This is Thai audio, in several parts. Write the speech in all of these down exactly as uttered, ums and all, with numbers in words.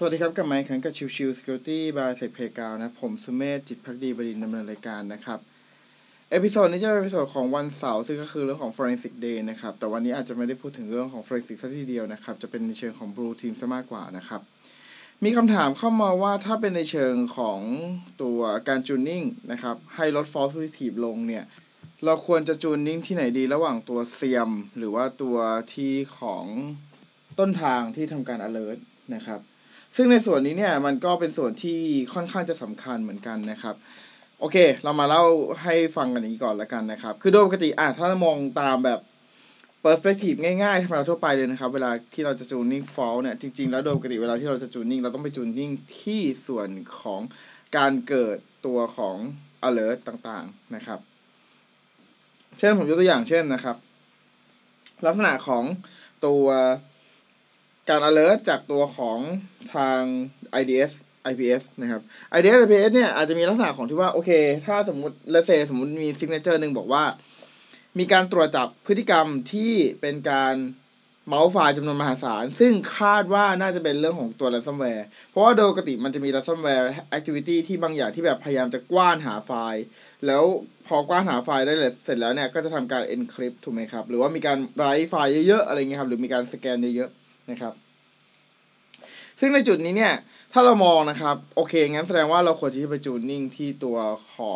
วัสดีครับกับไมค์ขันกับชิวชิว Security by Sec Playground นะผมสุเมธจิตภักดีบดินทร์ดำเนินรายการนะครับเอพิโซดนี้จะเป็นเอพิโซดของวันเสาร์ซึ่งก็คือเรื่องของ Forensic Day นะครับแต่วันนี้อาจจะไม่ได้พูดถึงเรื่องของ Forensic ซะทีเดียวนะครับจะเป็นในเชิงของ Blue Team ซะมากกว่านะครับมีคำถามเข้ามาว่าถ้าเป็นในเชิงของตัวการจูนนิ่งนะครับให้ลด False Positive ลงเนี่ยเราควรจะจูนนิ่งที่ไหนดีระหว่างตัวเซียมหรือว่าตัวที่ของต้นทางที่ทำการ alert นะครับซึ่งในส่วนนี้เนี่ยมันก็เป็นส่วนที่ค่อนข้างจะสำคัญเหมือนกันนะครับโอเคเรามาเล่าให้ฟังกันอย่างนี้ก่อนละกันนะครับคือโดยปกติอ่ะถ้าเรามองตามแบบ perspective ง่ายๆธรรมดาทั่วไปเลยนะครับเวลาที่เราจะจูนนิ่ง false เนี่ยจริงๆแล้วโดยปกติเวลาที่เราจะจูนนิ่งเราต้องไปจูนนิ่งที่ส่วนของการเกิดตัวของ alert ต่างๆนะครับเช่นผมยกตัวอย่างเช่นนะครับลักษณะของตัวการ alert จากตัวของทาง ไอ ดี เอส ไอ พี เอส นะครับ ไอ ดี เอส ไอ พี เอส เนี่ยอาจจะมีลักษณะของที่ว่าโอเคถ้าสมมุติเลเซสมมุติมี signature นึงบอกว่ามีการตรวจจับพฤติกรรมที่เป็นการเมาส์ไฟล์จำนวนมหาศาลซึ่งคาดว่าน่าจะเป็นเรื่องของตัว ransomware เพราะว่าโดยปกติมันจะมี ransomware activity ที่บางอย่างที่แบบพยายามจะกว้านหาไฟล์แล้วพอกว้านหาไฟล์ได้เสร็จแล้วเนี่ยก็จะทำการ encrypt ถูกไหมครับหรือว่ามีการไรต์ไฟล์เยอะๆอะไรเงี้ยครับหรือมีการสแกนเยอะๆนะครับซึ่งในจุดนี้เนี่ยถ้าเรามองนะครับโอเคงั้นแสดงว่าเราควรที่จะไปจูนนิ่งที่ตัวของ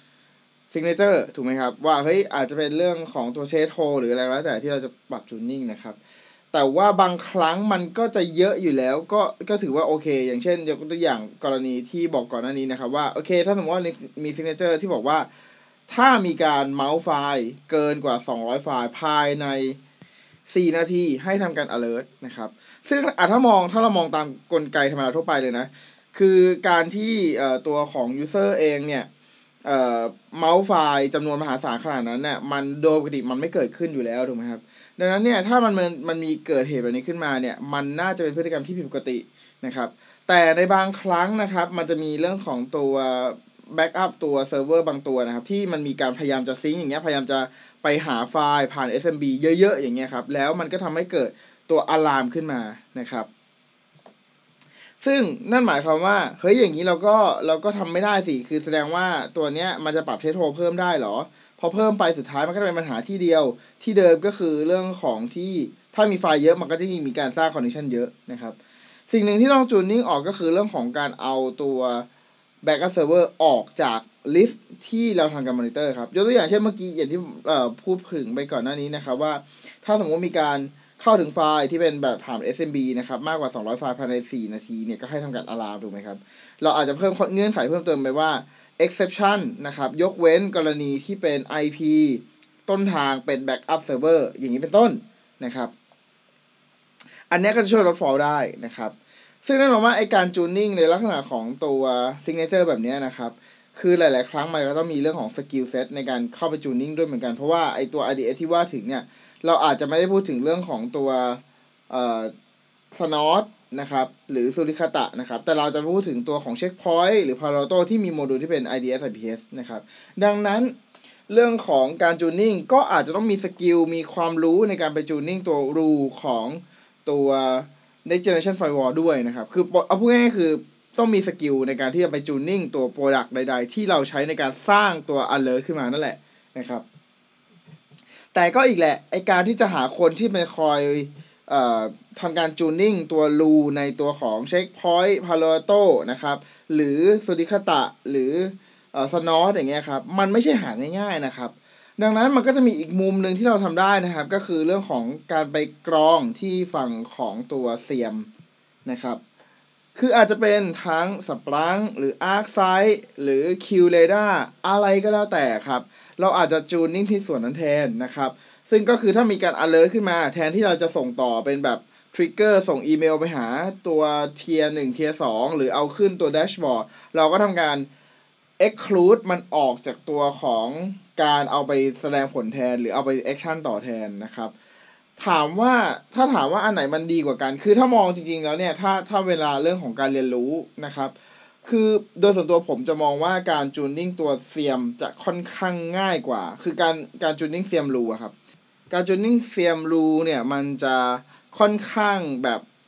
signature ถูกไหมครับว่าเฮ้ยอาจจะเป็นเรื่องของตัว threshold หรืออะไรแล้วแต่ที่เราจะปรับจูนนิ่งนะครับแต่ว่าบางครั้งมันก็จะเยอะอยู่แล้วก็ก็ถือว่าโอเคอย่างเช่นยกตัวอย่างกรณีที่บอกก่อนหน้านี้นะครับว่าโอเคถ้าสมมติว่ามี signature ที่บอกว่าถ้ามีการเมาส์ไฟล์เกินกว่าสองร้อยไฟล์ภายในสี่นาทีให้ทำการ alert นะครับซึ่งอ่ะถ้ามองถ้าเรามองตามกลไกธรรมดาทั่วไปเลยนะคือการที่เอ่อตัวของ user เองเนี่ยเอ่อเมาส์ไฟล์จำนวนมหาศาลขนาดนั้นเนี่ยมันโดยปกติมันไม่เกิดขึ้นอยู่แล้วถูกไหมครับดังนั้นเนี่ยถ้ามันมันมันมีเกิดเหตุแบบนี้ขึ้นมาเนี่ยมันน่าจะเป็นพฤติกรรมที่ผิดปกตินะครับแต่ในบางครั้งนะครับมันจะมีเรื่องของตัวแบ็กอัพตัวเซิร์ฟเวอร์บางตัวนะครับที่มันมีการพยายามจะซิงค์อย่างเงี้ยพยายามจะไปหาไฟล์ผ่าน เอส เอ็ม บี เยอะๆอย่างเงี้ยครับแล้วมันก็ทำให้เกิดตัวอะลามขึ้นมานะครับซึ่งนั่นหมายความว่าเฮ้ยอย่างนี้เราก็เราก็ทำไม่ได้สิคือแสดงว่าตัวเนี้ยมันจะปรับเทสโทเพิ่มได้หรอพอเพิ่มไปสุดท้ายมันก็เป็นปัญหาที่เดียวที่เดิมก็คือเรื่องของที่ถ้ามีไฟล์เยอะมันก็จะยิ่งมีการสร้างคอนเนคชั่นเยอะนะครับสิ่งหนึ่งที่ต้องจูนนิ่งออกก็คือเรื่องของการเอาตัว backup server ออกจากลิสต์ที่เราทำการมอนิเตอร์ครับยกตัวอย่างเช่นเมื่อกี้อย่างที่เอ่อพูดถึงไปก่อนหน้านี้นะครับว่าถ้าสมมติมีการเข้าถึงไฟล์ที่เป็นแบบผ่าน เอส เอ็ม บี นะครับมากกว่าสองร้อยไฟล์ภายในสี่นาทีเนี่ยก็ให้ทำการ alarm ถูกไหมครับเราอาจจะเพิ่มเงื่อนไขเพิ่มเติมไปว่า exception นะครับยกเว้นกรณีที่เป็น ไอ พี ต้นทางเป็น backup server อย่างนี้เป็นต้นนะครับอันนี้ก็จะช่วยลด fall ได้นะครับซึ่งแน่นอนว่าไอการจูนนิ่งในลักษณะของตัว signature แบบนี้นะครับคือหลายๆครั้งมันก็ต้องมีเรื่องของ skill set ในการเข้าไปจูนนิ่งด้วยเหมือนกันเพราะว่าไอตัว ไอ ดี เอส ที่ว่าถึงเนี่ยเราอาจจะไม่ได้พูดถึงเรื่องของตัวเอ่อ snort นะครับหรือสุริคตะนะครับแต่เราจะพูดถึงตัวของ checkpoint หรือ Palo Alto ที่มีโมดูลที่เป็น ไอ ดี เอส ไอ พี เอส นะครับดังนั้นเรื่องของการจูนนิ่งก็อาจจะต้องมีสกิลมีความรู้ในการไปจูนนิ่งตัว rule ของตัว next generation firewall ด้วยนะครับคือเอาพูดง่ายๆคือต้องมีสกิลในการที่จะไปจูนนิ่งตัว product ใดๆที่เราใช้ในการสร้างตัว alert ขึ้นมานั่นแหละนะครับแต่ก็อีกแหละไอการที่จะหาคนที่เป็นคอยเอ่อทำการจูนนิ่งตัว rule ในตัวของ checkpoint Palo Alto นะครับหรือสุริคตะหรือเอ่อ snort อย่างเงี้ยครับมันไม่ใช่หาง่ายๆนะครับดังนั้นมันก็จะมีอีกมุมหนึ่งที่เราทำได้นะครับก็คือเรื่องของการไปกรองที่ฝั่งของตัวเซียมนะครับคืออาจจะเป็นทั้งสปรังหรือ ArcSight หรือ QRadar อะไรก็แล้วแต่ครับเราอาจจะจูนนิ่งที่ส่วนนั้นแทนนะครับซึ่งก็คือถ้ามีการ alert ขึ้นมาแทนที่เราจะส่งต่อเป็นแบบทริกเกอร์ส่งอีเมลไปหาตัวเทียร์หนึ่งเทียร์สองหรือเอาขึ้นตัวแดชบอร์ดเราก็ทำการ exclude มันออกจากตัวของการเอาไปแสดงผลแทนหรือเอาไปแอคชั่นต่อแทนนะครับถามว่าถ้าถามว่าอันไหนมันดีกว่ากันคือถ้ามองจริงๆแล้วเนี่ยถ้าถ้าเวลาเรื่องของการเรียนรู้นะครับคือโดยส่วนตัวผมจะมองว่าการจูนนิ่งตัวเซียมจะค่อนข้างง่ายกว่าคือการการจูนนิ่งเซียมรูอะครับการจูนนิ่งเซียมรูเนี่ยมันจะค่อนข้างแบบ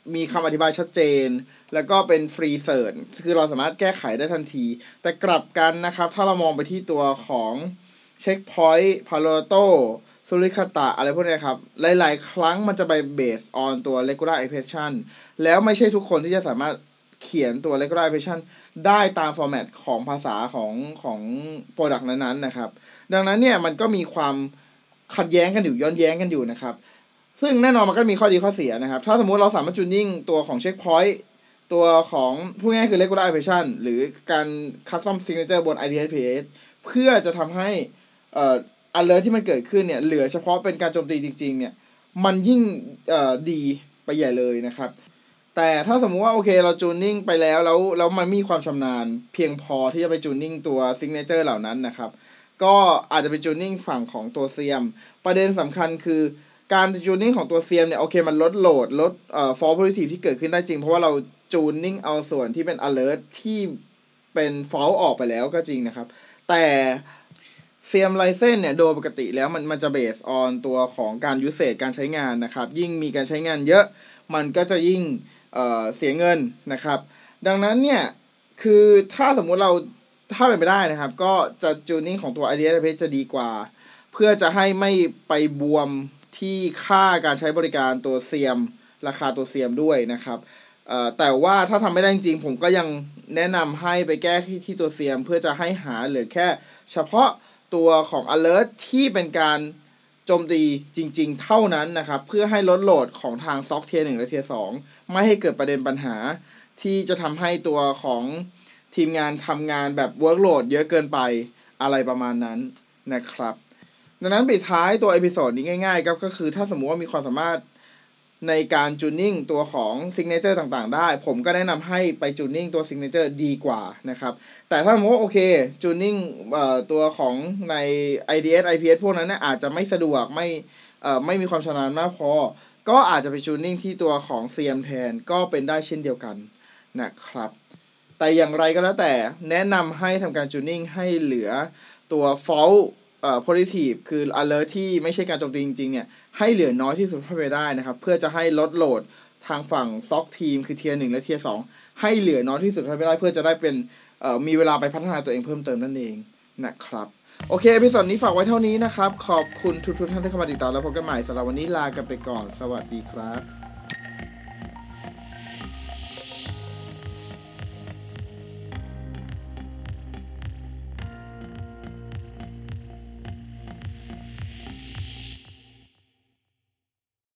มีคำอธิบายชัดเจนแล้วก็เป็นฟรีเซิร์ชคือเราสามารถแก้ไขได้ทันทีแต่กลับกันนะครับถ้าเรามองไปที่ตัวของเช็คพอยต์พาโลโตสุริคตะอะไรพวกนี้ครับหลายๆครั้งมันจะไปเบสออนตัว regular expression แล้วไม่ใช่ทุกคนที่จะสามารถเขียนตัว regular expression ได้ตามฟอร์แมตของภาษาของของ product นั้นๆนะครับดังนั้นเนี่ยมันก็มีความขัดแย้งกันอยู่ย้อนแย้งกันอยู่นะครับซึ่งแน่นอนมันก็มีข้อดีข้อเสียนะครับถ้าสมมุติเราสามารถจูนนิ่งตัวของ checkpoint ตัวของพูดง่ายๆคือ regular expression หรือการ custom signature บน ไอ ดี เอส พี เอส เพื่อจะทำให้เอ่อ alert ที่มันเกิดขึ้นเนี่ยเหลือเฉพาะเป็นการโจมตีจริงๆเนี่ยมันยิ่งเอ่อดีไปใหญ่เลยนะครับแต่ถ้าสมมุติว่าโอเคเราจูนนิ่งไปแล้วแล้วแล้วมันมีความชำนาญเพียงพอที่จะไปจูนนิ่งตัว signature เหล่านั้นนะครับก็อาจจะไปจูนนิ่งฝั่งของตัวเซียมประเด็นสำคัญคือการจูนนิ่งของตัวเซียมเนี่ยโอเคมันลดโหลดลดเอ่อ false positive ที่เกิดขึ้นได้จริงเพราะว่าเราจูนนิ่งเอาส่วนที่เป็น alert ที่เป็น false ออกไปแล้วก็จริงนะครับแต่เซียมไลเซนเนี่ยโดยปกติแล้วมันมันจะเบสออนตัวของการยูเซจการใช้งานนะครับยิ่งมีการใช้งานเยอะมันก็จะยิ่งเอ่อเสียเงินนะครับดังนั้นเนี่ยคือถ้าสมมุติเราถ้าเป็นไปได้นะครับก็จะจูนนิ่งของตัว ไอ ดี เอส จะดีกว่าเพื่อจะให้ไม่ไปบวมที่ค่าการใช้บริการตัวเซียมราคาตัวเซียมด้วยนะครับเอ่อแต่ว่าถ้าทำไม่ได้จริงผมก็ยังแนะนำให้ไปแก้ที่ที่ตัวเซียมเพื่อจะให้หาเหลือแค่เฉพาะตัวของ alert ที่เป็นการโจมตีจริงๆเท่านั้นนะครับเพื่อให้ลดโหลดของทาง stock tier หนึ่งและ tier สองไม่ให้เกิดประเด็นปัญหาที่จะทำให้ตัวของทีมงานทำงานแบบ workload เยอะเกินไปอะไรประมาณนั้นนะครับดังนั้นปิดท้ายตัวเอพิโซดนี้ง่ายๆครับก็คือถ้าสมมุติว่ามีความสามารถในการจูนนิ่งตัวของซิกเนเจอร์ต่างๆได้ผมก็แนะนำให้ไปจูนนิ่งตัวซิกเนเจอร์ดีกว่านะครับแต่ถ้าสมมติว่าโอเคจูนนิ่งเอ่อตัวของใน ไอ ดี เอส ไอ พี เอส พวกนั้นเนี่ยอาจจะไม่สะดวกไม่เอ่อไม่มีความชำนาญมากพอก็อาจจะไปจูนนิ่งที่ตัวของ ซี เอ็ม แทนก็เป็นได้เช่นเดียวกันนะครับแต่อย่างไรก็แล้วแต่แนะนำให้ทำการจูนนิ่งให้เหลือตัว false เอ่อ positive คือ alert ที่ไม่ใช่การโจมตีจริงๆเนี่ยให้เหลือน้อยที่สุดเท่าไปได้นะครับเพื่อจะให้ลดโหลดทางฝั่ง stock team คือ tier หนึ่งและ tier สองให้เหลือน้อยที่สุดเท่าไปได้เพื่อจะได้เป็นเอ่อมีเวลาไปพัฒนาตัวเองเพิ่มเติมนั่นเองนะครับโอเคเอพิโซดนี้ฝากไว้เท่านี้นะครับขอบคุณทุกๆท่านที่เข้ามาติดตามแล้วพบกันใหม่สำหรับวันนี้ลากันไปก่อนสวัสดีครับ